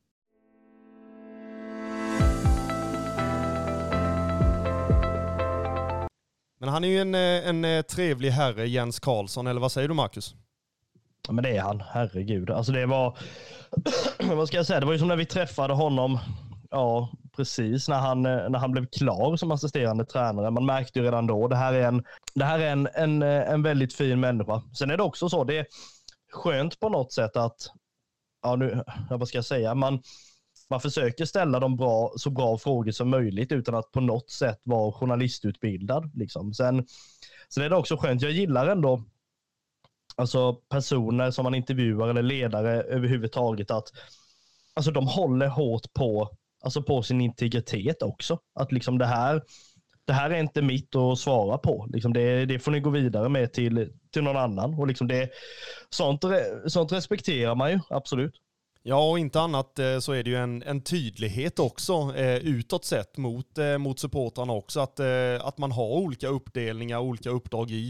Men han är ju en, en trevlig herre, Jens Karlsson, eller vad säger du, Marcus? Ja, men det är han, herregud. Alltså det var, vad ska jag säga, det var ju som när vi träffade honom, ja precis, när han, när han blev klar som assisterande tränare. Man märkte ju redan då, det här är en, det här är en, en, en väldigt fin människa. Sen är det också så, det är skönt på något sätt att, ja nu, vad ska jag säga, man, man försöker ställa de bra, så bra frågor som möjligt utan att på något sätt vara journalistutbildad. Liksom. Sen, sen är det också skönt, jag gillar ändå alltså personer som man intervjuar eller ledare överhuvudtaget, att alltså de håller hårt på, alltså på sin integritet också. Att liksom det här, det här är inte mitt att svara på. Liksom det, det får ni gå vidare med till, till någon annan. Och liksom det, sånt, sånt respekterar man ju, absolut. Ja, och inte annat så är det ju en, en tydlighet också eh, utåt sett mot, eh, mot supportrarna också, att, eh, att man har olika uppdelningar, olika uppdrag i,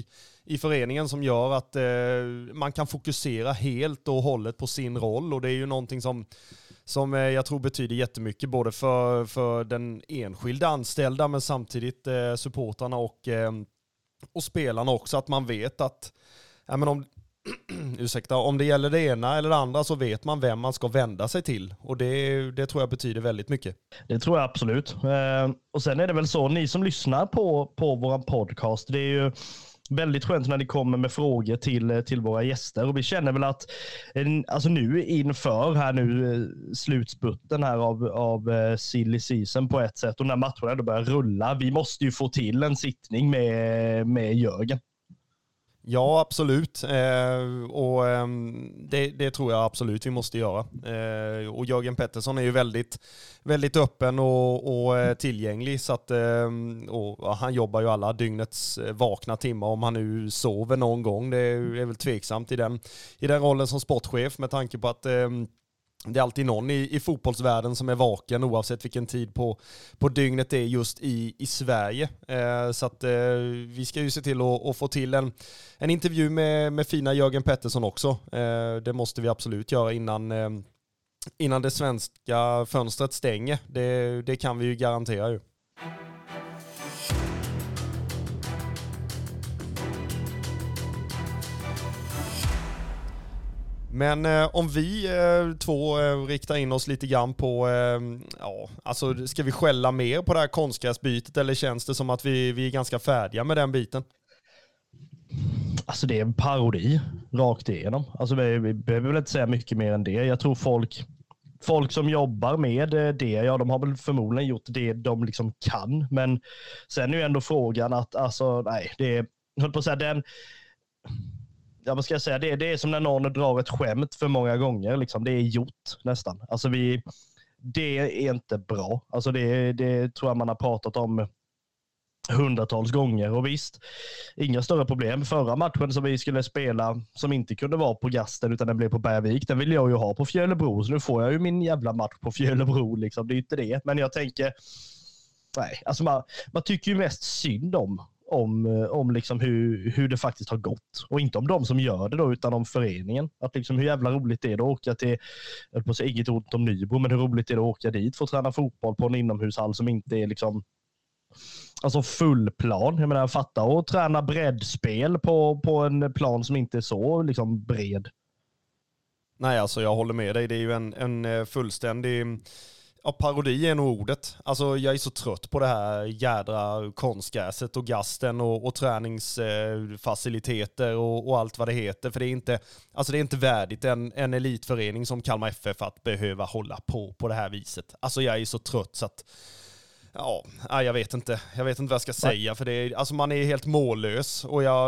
i föreningen som gör att eh, man kan fokusera helt och hållet på sin roll, och det är ju någonting som som jag tror betyder jättemycket både för, för den enskilda anställda men samtidigt eh, supportarna och, eh, och spelarna också, att man vet att ja, men om, ursäkta, om det gäller det ena eller det andra så vet man vem man ska vända sig till, och det, det tror jag betyder väldigt mycket. Det tror jag absolut. Eh, och sen är det väl så, ni som lyssnar på, på vår podcast, det är ju väldigt skönt när ni kommer med frågor till, till våra gäster, och vi känner väl att alltså nu inför här nu slutspurten här av, av silly season på ett sätt, och när matcherna då börjar rulla, vi måste ju få till en sittning med, med Jörgen. Ja, absolut. Eh, och eh, det, det tror jag absolut vi måste göra. Eh, och Jörgen Pettersson är ju väldigt, väldigt öppen och, och tillgänglig. Så att, eh, och han jobbar ju alla dygnets vakna timmar, om han nu sover någon gång. Det är, är väl tveksamt i den, i den rollen som sportchef, med tanke på att eh, det är alltid någon i, i fotbollsvärlden som är vaken oavsett vilken tid på, på dygnet det är just i, i Sverige. Eh, så att eh, vi ska ju se till att, att få till en, en intervju med, med fina Jörgen Pettersson också. Eh, det måste vi absolut göra innan, eh, innan det svenska fönstret stänger. Det, det kan vi ju garantera ju. Men eh, om vi eh, två eh, riktar in oss lite grann på, eh, ja, alltså ska vi skälla mer på det här konstgräsbytet, eller känns det som att vi, vi är ganska färdiga med den biten? Alltså det är en parodi rakt igenom. Alltså vi, vi behöver väl inte säga mycket mer än det. Jag tror folk, folk som jobbar med det, ja, de har väl förmodligen gjort det de liksom kan. Men sen är ju ändå frågan att, alltså nej, det är, jag höll på att säga, den... Ja, vad ska jag säga? Det är, det är som när någon drar ett skämt för många gånger. Liksom. Det är gjort nästan. Alltså vi, det är inte bra. Alltså det, det tror jag man har pratat om hundratals gånger. Och visst, inga större problem. Förra matchen som vi skulle spela, som inte kunde vara på Gasten utan den blev på Bergvik, den vill jag ju ha på Fjällebro. Så nu får jag ju min jävla match på Fjällebro. Liksom. Det är inte det. Men jag tänker, nej, alltså man, man tycker ju mest synd om om, om liksom hur, hur det faktiskt har gått. Och inte om de som gör det då, utan om föreningen. Att liksom hur jävla roligt det är att åka till, jag höll på att säga inget ont om Nybro, men hur roligt det är att åka dit för att träna fotboll på en inomhushall som inte är liksom alltså full plan. Jag menar, fatta och träna breddspel på, på en plan som inte är så liksom bred. Nej, alltså jag håller med dig. Det är ju en, en fullständig... Ja, parodi är nog ordet. Alltså jag är så trött på det här jädra konstgräset och gasten och, och träningsfaciliteter eh, och, och allt vad det heter. För det är inte, alltså det är inte värdigt en, en elitförening som Kalmar F F att behöva hålla på på det här viset. Alltså jag är så trött så att ja, jag vet inte. Jag vet inte vad jag ska säga, för det är, alltså man är helt mållös och jag,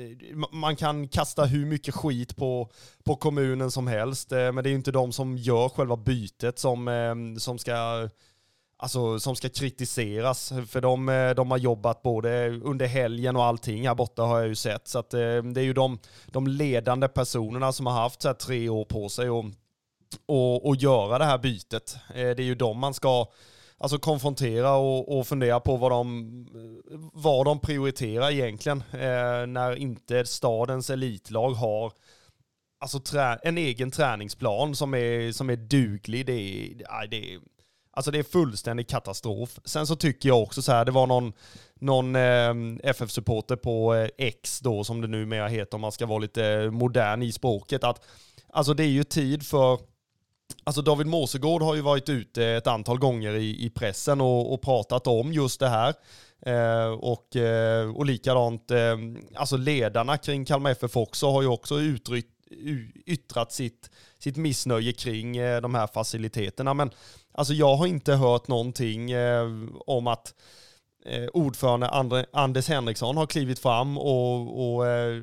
man kan kasta hur mycket skit på, på kommunen som helst, men det är ju inte de som gör själva bytet som, som ska alltså, som ska kritiseras, för de, de har jobbat både under helgen och allting här borta har jag ju sett, så att det är ju de, de ledande personerna som har haft så här tre år på sig och, och, och göra det här bytet. Det är ju de man ska alltså konfrontera och, och fundera på vad de, vad de prioriterar egentligen eh, när inte stadens elitlag har alltså trä, en egen träningsplan som är, som är duglig. Det är, det är, alltså det är fullständig katastrof. Sen så tycker jag också så här, det var någon, någon eh, F F-supporter på eh, X då, som det numera heter om man ska vara lite modern i språket, att alltså det är ju tid för Alltså David Måsegård har ju varit ute ett antal gånger i, i pressen och, och pratat om just det här. Eh, och, eh, och likadant, eh, alltså ledarna kring Kalmar F F också har ju också uttryckt, yttrat sitt, sitt missnöje kring eh, de här faciliteterna. Men alltså jag har inte hört någonting eh, om att eh, ordförande Andre, Anders Henriksson har klivit fram och, och eh,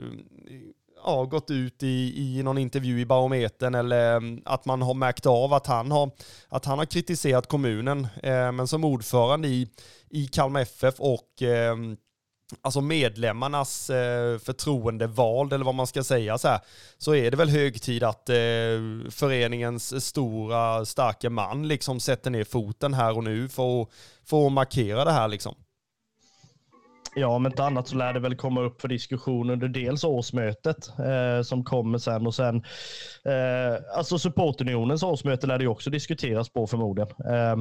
ja, gått ut i, i någon intervju i Barometern, eller att man har märkt av att han har, att han har kritiserat kommunen. Eh, men som ordförande i, i Kalmar F F och eh, alltså medlemmarnas eh, förtroendevald, eller vad man ska säga, så här, så är det väl hög tid att eh, föreningens stora, starka man liksom sätter ner foten här och nu för att, för att markera det här liksom. Ja, men inte annat så lär det väl komma upp för diskussion under dels årsmötet eh, som kommer sen och sen eh, alltså supportunionens årsmöte lär det också diskuteras på förmodligen. Eh,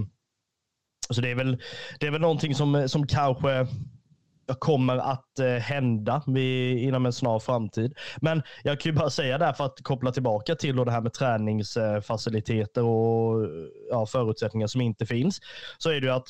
så det är väl det är väl någonting som, som kanske kommer att eh, hända vid, inom en snar framtid. Men jag kan ju bara säga där för att koppla tillbaka till då det här med träningsfaciliteter och ja, förutsättningar som inte finns, så är det ju att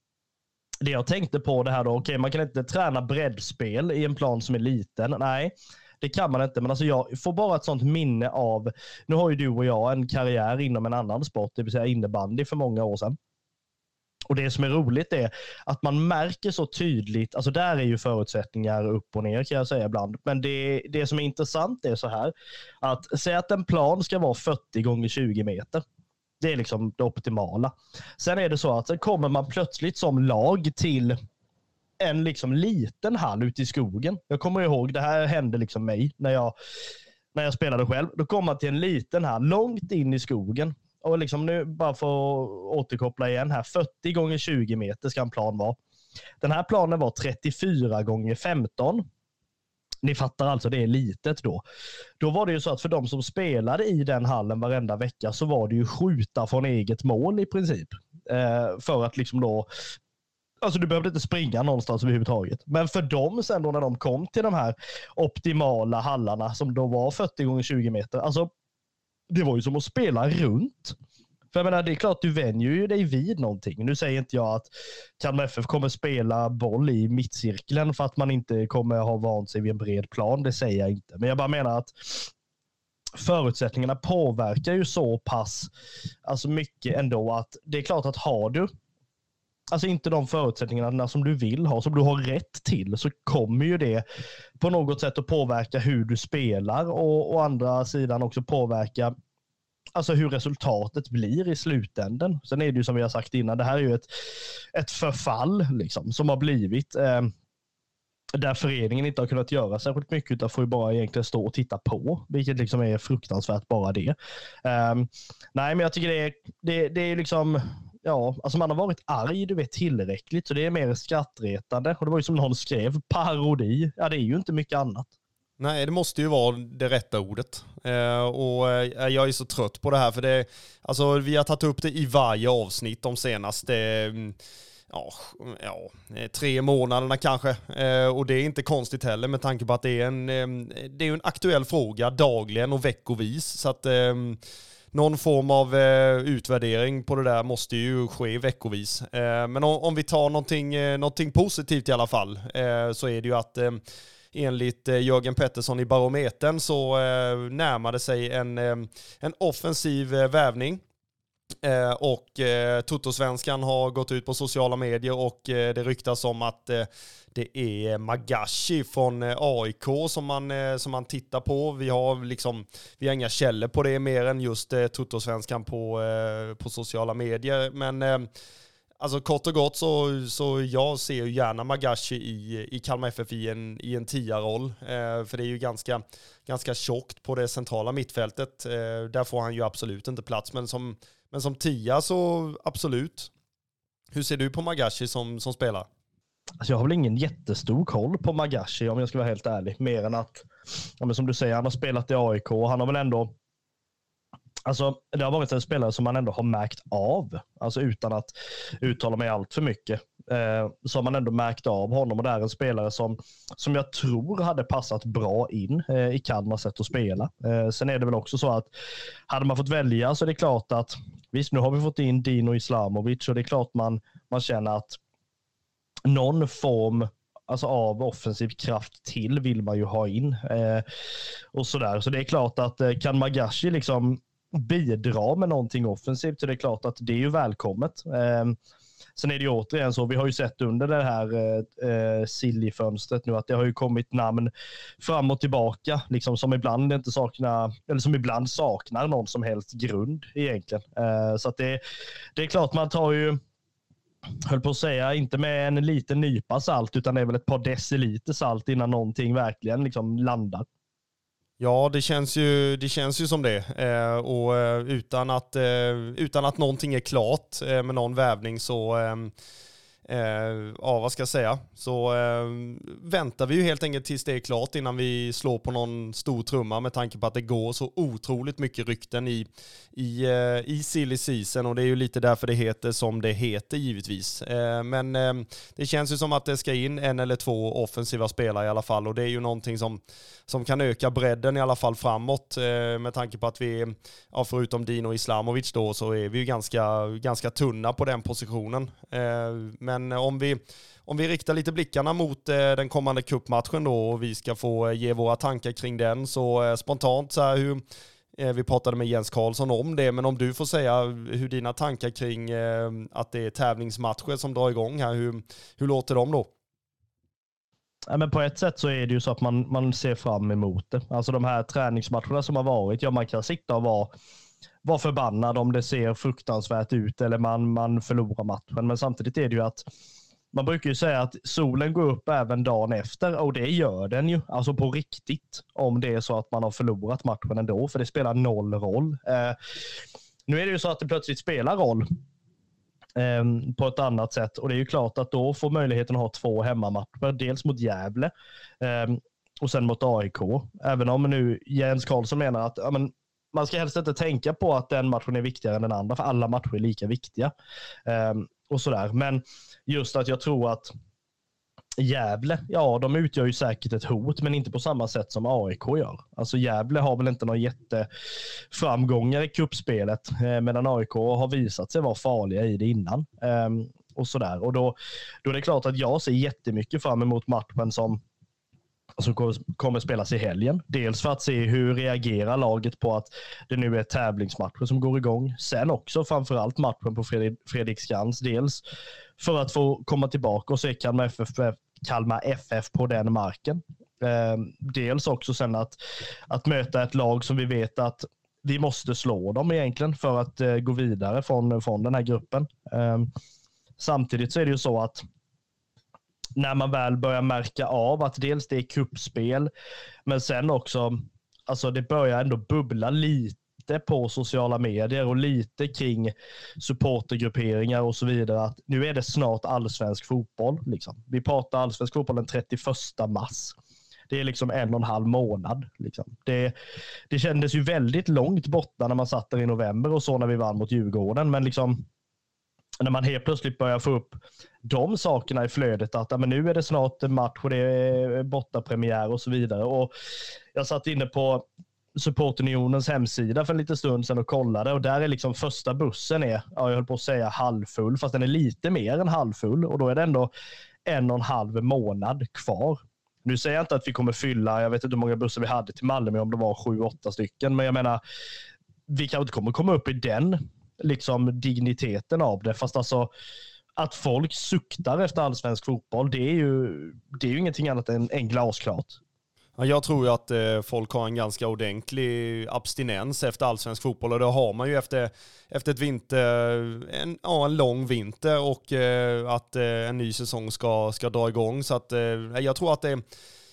det jag tänkte på det här då, okej, okay, man kan inte träna breddspel i en plan som är liten. Nej, det kan man inte. Men alltså jag får bara ett sånt minne av, nu har ju du och jag en karriär inom en annan sport, det vill säga innebandy för många år sedan. Och det som är roligt är att man märker så tydligt, alltså där är ju förutsättningar upp och ner kan jag säga ibland. Men det, det som är intressant är så här, att säga att en plan ska vara fyrtio gånger tjugo meter. Det är liksom det optimala. Sen är det så att sen kommer man plötsligt som lag till en liksom liten hall ute i skogen. Jag kommer ihåg, det här hände liksom mig när jag, när jag spelade själv. Då kom man till en liten hall långt in i skogen. Och liksom nu, bara för att återkoppla igen här, fyrtio gånger tjugo meter ska en plan vara. Den här planen var trettiofyra gånger femton. Ni fattar alltså, det är litet då. Då var det ju så att för de som spelade i den hallen varenda vecka så var det ju skjuta från eget mål i princip. Eh, för att liksom då, alltså du behövde inte springa någonstans överhuvudtaget. Men för dem sen då när de kom till de här optimala hallarna som då var fyrtio gånger tjugo meter, alltså det var ju som att spela runt. För jag menar, det är klart du vänjer ju dig vid någonting. Nu säger inte jag att Kalmar F F kommer spela boll i mittcirkeln för att man inte kommer ha vant sig vid en bred plan. Det säger jag inte. Men jag bara menar att förutsättningarna påverkar ju så pass alltså mycket ändå att det är klart att har du alltså inte de förutsättningarna som du vill ha, som du har rätt till, så kommer ju det på något sätt att påverka hur du spelar och å andra sidan också påverka alltså hur resultatet blir i slutänden. Sen är det ju som vi har sagt innan, det här är ju ett, ett förfall liksom, som har blivit eh, där föreningen inte har kunnat göra särskilt mycket utan får ju bara egentligen stå och titta på, vilket liksom är fruktansvärt bara det. Eh, nej, men jag tycker det är, det, det är liksom ja, alltså man har varit arg, du vet, tillräckligt, så det är mer skrattretande. Och det var ju som någon skrev, parodi. Ja, det är ju inte mycket annat. Nej, det måste ju vara det rätta ordet. Eh, och eh, jag är så trött på det här, för det, alltså vi har tagit upp det i varje avsnitt de senaste eh, ja, ja, tre månaderna kanske. Eh, och det är inte konstigt heller med tanke på att det är en, eh, det är en aktuell fråga dagligen och veckovis. Så att eh, någon form av eh, utvärdering på det där måste ju ske veckovis. Eh, men om, om vi tar någonting, eh, någonting positivt i alla fall eh, så är det ju att eh, enligt eh, Jörgen Pettersson i Barometern så eh, närmade sig en, eh, en offensiv eh, vävning. Eh, och eh, Toto-svenskan har gått ut på sociala medier och eh, det ryktas om att eh, det är Magashi från eh, A I K som man, eh, som man tittar på. Vi har, liksom, vi har inga källor på det mer än just eh, Toto-svenskan på, eh, på sociala medier. Men eh, alltså kort och gott så, så jag ser ju gärna Magashi i, i Kalmar F F i en, i en tia-roll. Eh, för det är ju ganska, ganska tjockt på det centrala mittfältet. Eh, där får han ju absolut inte plats. Men som Men som tia så absolut. Hur ser du på Magashi som, som spelar? Alltså jag har väl ingen jättestor koll på Magashi om jag ska vara helt ärlig. Mer än att, ja, men som du säger, han har spelat i A I K. Han har väl ändå, alltså det har varit en spelare som man ändå har märkt av. Alltså utan att uttala mig allt för mycket. Eh, så har man ändå märkt av honom. Och det är en spelare som, som jag tror hade passat bra in eh, i Kalmars sätt att spela. Eh, sen är det väl också så att hade man fått välja så är det klart att visst, nu har vi fått in Dino Islamovic och det är klart man, man känner att någon form alltså av offensiv kraft till vill man ju ha in. Eh, och sådär. Så det är klart att eh, kan Magashi liksom bidra med någonting offensivt så det är klart att det är ju välkommet. Eh, sen är det ju återigen så, vi har ju sett under det här eh, Silly-fönstret nu att det har ju kommit namn fram och tillbaka liksom som ibland inte saknar, eller som ibland saknar någon som helst grund egentligen. Eh, så att det, det är klart man tar ju, höll på att säga, inte med en liten nypa salt utan det är väl ett par deciliter salt innan någonting verkligen liksom landar. Ja, det känns ju, det känns ju som det. Eh, och eh, utan att, eh, utan att någonting är klart eh, med någon vävning så, eh, Eh, ja, vad ska jag säga? Så eh, väntar vi ju helt enkelt tills det är klart innan vi slår på någon stor trumma, med tanke på att det går så otroligt mycket rykten i, i, eh, i silly season, och det är ju lite därför det heter som det heter givetvis. Eh, men eh, det känns ju som att det ska in en eller två offensiva spelare i alla fall, och det är ju någonting som, som kan öka bredden i alla fall framåt, eh, med tanke på att vi, ja, förutom Dino Islamovic då, så är vi ju ganska, ganska tunna på den positionen. Eh, men Men om vi, om vi riktar lite blickarna mot eh, den kommande cupmatchen då, och vi ska få eh, ge våra tankar kring den, så eh, spontant så här, hur, eh, vi pratade med Jens Karlsson om det, men om du får säga hur dina tankar kring eh, att det är tävlingsmatcher som drar igång här, hur, hur låter de då? Ja, men på ett sätt så är det ju så att man, man ser fram emot det. Alltså de här träningsmatcherna som har varit, ja, man kan sitta och vara var förbannad om det ser fruktansvärt ut eller man, man förlorar matchen. Men samtidigt är det ju att man brukar ju säga att solen går upp även dagen efter, och det gör den ju. Alltså på riktigt, om det är så att man har förlorat matchen ändå, för det spelar noll roll. Eh, nu är det ju så att det plötsligt spelar roll eh, på ett annat sätt, och det är ju klart att då får möjligheten att ha två hemmamatcher, dels mot Gävle eh, och sen mot A I K. Även om nu Jens Karlsson menar att ja, men man ska helst inte tänka på att den matchen är viktigare än den andra, för alla matcher är lika viktiga. Um, och sådär. Men just att jag tror att Gävle, ja, de utgör ju säkert ett hot, men inte på samma sätt som A I K gör. Alltså Gävle har väl inte någon jätteframgångar i kuppspelet, eh, medan A I K har visat sig vara farliga i det innan. Um, och sådär. Och då, då är det klart att jag ser jättemycket fram emot matchen som som kommer spelas i helgen. Dels för att se hur reagerar laget på att det nu är tävlingsmatcher som går igång. Sen också framförallt matchen på Fredriksskans. Dels för att få komma tillbaka och se Kalmar F F, Kalmar F F på den marken. Eh, dels också sen att, att möta ett lag som vi vet att vi måste slå dem egentligen för att eh, gå vidare från, från den här gruppen. Eh, samtidigt så är det ju så att när man väl börjar märka av att dels det är kuppspel, men sen också, alltså det börjar ändå bubbla lite på sociala medier och lite kring supportergrupperingar och så vidare, att nu är det snart allsvensk fotboll. Liksom. Vi pratar allsvensk fotboll den trettioförsta mars. Det är liksom en och en halv månad. Liksom. Det, det kändes ju väldigt långt borta när man satt där i november och så när vi vann mot Djurgården, men liksom när man helt plötsligt börjar få upp de sakerna i flödet, att ja, men nu är det snart en match och det är bortapremiär och så vidare. Och jag satt inne på Supportunionens hemsida för en liten stund sedan och kollade, och där är liksom första bussen är, ja, jag höll på att säga halvfull, fast den är lite mer än halvfull, och då är det ändå en och en halv månad kvar. Nu säger jag inte att vi kommer fylla, jag vet inte hur många bussar vi hade till Malmö, om det var sju, åtta stycken, men jag menar, vi kanske inte kommer komma upp i den liksom digniteten av det, fast alltså att folk suktar efter allsvensk fotboll, det är ju, det är ju ingenting annat än, än glasklart. Ja, jag tror ju att eh, folk har en ganska ordentlig abstinens efter allsvensk fotboll, och det har man ju efter, efter ett vinter, en, ja, en lång vinter, och eh, att eh, en ny säsong ska, ska dra igång, så att eh, jag tror att det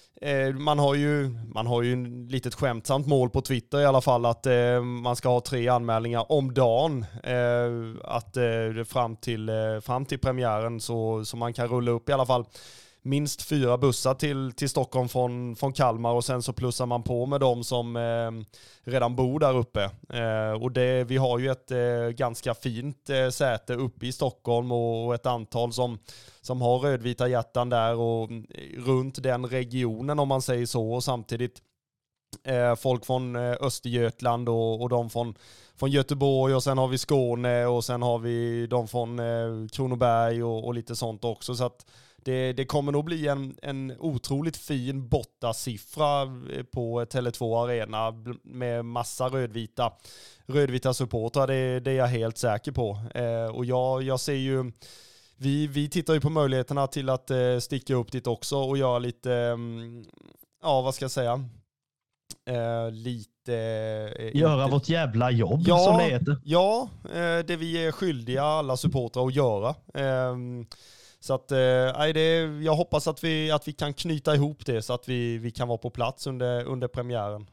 Man har ju man har ju en litet skämtsamt mål på Twitter i alla fall, att eh, man ska ha tre anmälningar om dagen eh, att eh, fram till eh, fram till premiären, så så man kan rulla upp i alla fall minst fyra bussar till till Stockholm från från Kalmar, och sen så plussar man på med dem som eh, redan bor där uppe. Eh, och det, vi har ju ett eh, ganska fint eh, säte uppe i Stockholm, och, och ett antal som som har rödvita hjärtan där och runt den regionen, om man säger så, och samtidigt eh, folk från eh, Östergötland och, och de från från Göteborg, och sen har vi Skåne, och sen har vi de från eh, Kronoberg och, och lite sånt också, så att Det, det kommer nog bli en, en otroligt fin bottasiffra på Tele två Arena med massa rödvita, rödvita supportrar. Det, det är jag helt säker på. Eh, och jag, jag ser ju, vi, vi tittar ju på möjligheterna till att eh, sticka upp dit också och göra lite, eh, ja vad ska jag säga, eh, lite... Eh, göra inte... vårt jävla jobb, ja, som det heter. Ja, eh, det vi är skyldiga alla supportrar att göra. Eh, Så att, eh, det, jag hoppas att vi, att vi kan knyta ihop det så att vi, vi kan vara på plats under, under premiären.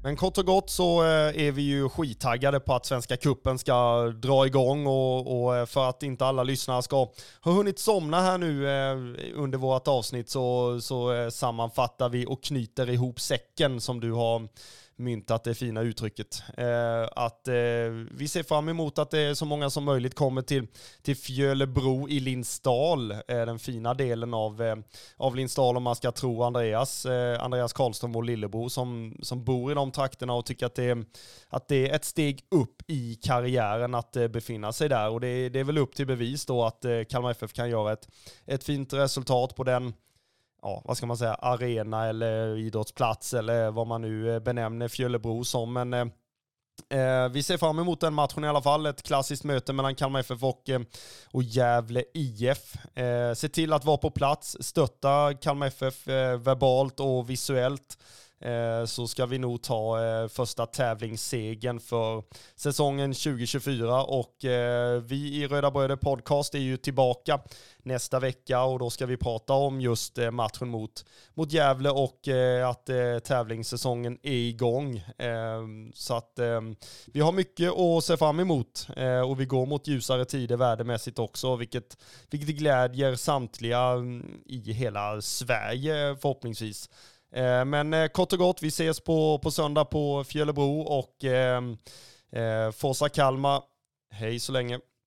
Men kort och gott så är vi ju skittaggade på att Svenska Cupen ska dra igång och, och för att inte alla lyssnare ska ha hunnit somna här nu under vårt avsnitt så, så sammanfattar vi och knyter ihop säcken som du har myntat det fina uttrycket. Eh, att eh, vi ser fram emot att det är så många som möjligt kommer till, till Fjölebro i Lindsdal, eh, den fina delen av, eh, av Lindsdal om man ska tro Andreas, eh, Andreas Karlström och Lillebro som, som bor i de trakterna och tycker att det, är, att det är ett steg upp i karriären att eh, befinna sig där. Och det, det är väl upp till bevis då att eh, Kalmar F F kan göra ett, ett fint resultat på den, ja, vad ska man säga, arena eller idrottsplats eller vad man nu benämner Fjölebro som. Men eh, vi ser fram emot den matchen i alla fall. Ett klassiskt möte mellan Kalmar F F och, eh, och Gävle I F. Eh, se till att vara på plats, stötta Kalmar F F eh, verbalt och visuellt. Eh, så ska vi nog ta eh, första tävlingssegen för säsongen tjugo tjugofyra och eh, vi i Röda Bröder Podcast är ju tillbaka nästa vecka och då ska vi prata om just eh, matchen mot, mot Gävle och eh, att eh, tävlingssäsongen är igång. Eh, så att eh, vi har mycket att se fram emot eh, och vi går mot ljusare tider värdemässigt också, vilket, vilket glädjer samtliga i hela Sverige förhoppningsvis. Men eh, kort och gott, vi ses på, på söndag på Fjölebro och eh, eh, Forza Kalmar. Hej så länge.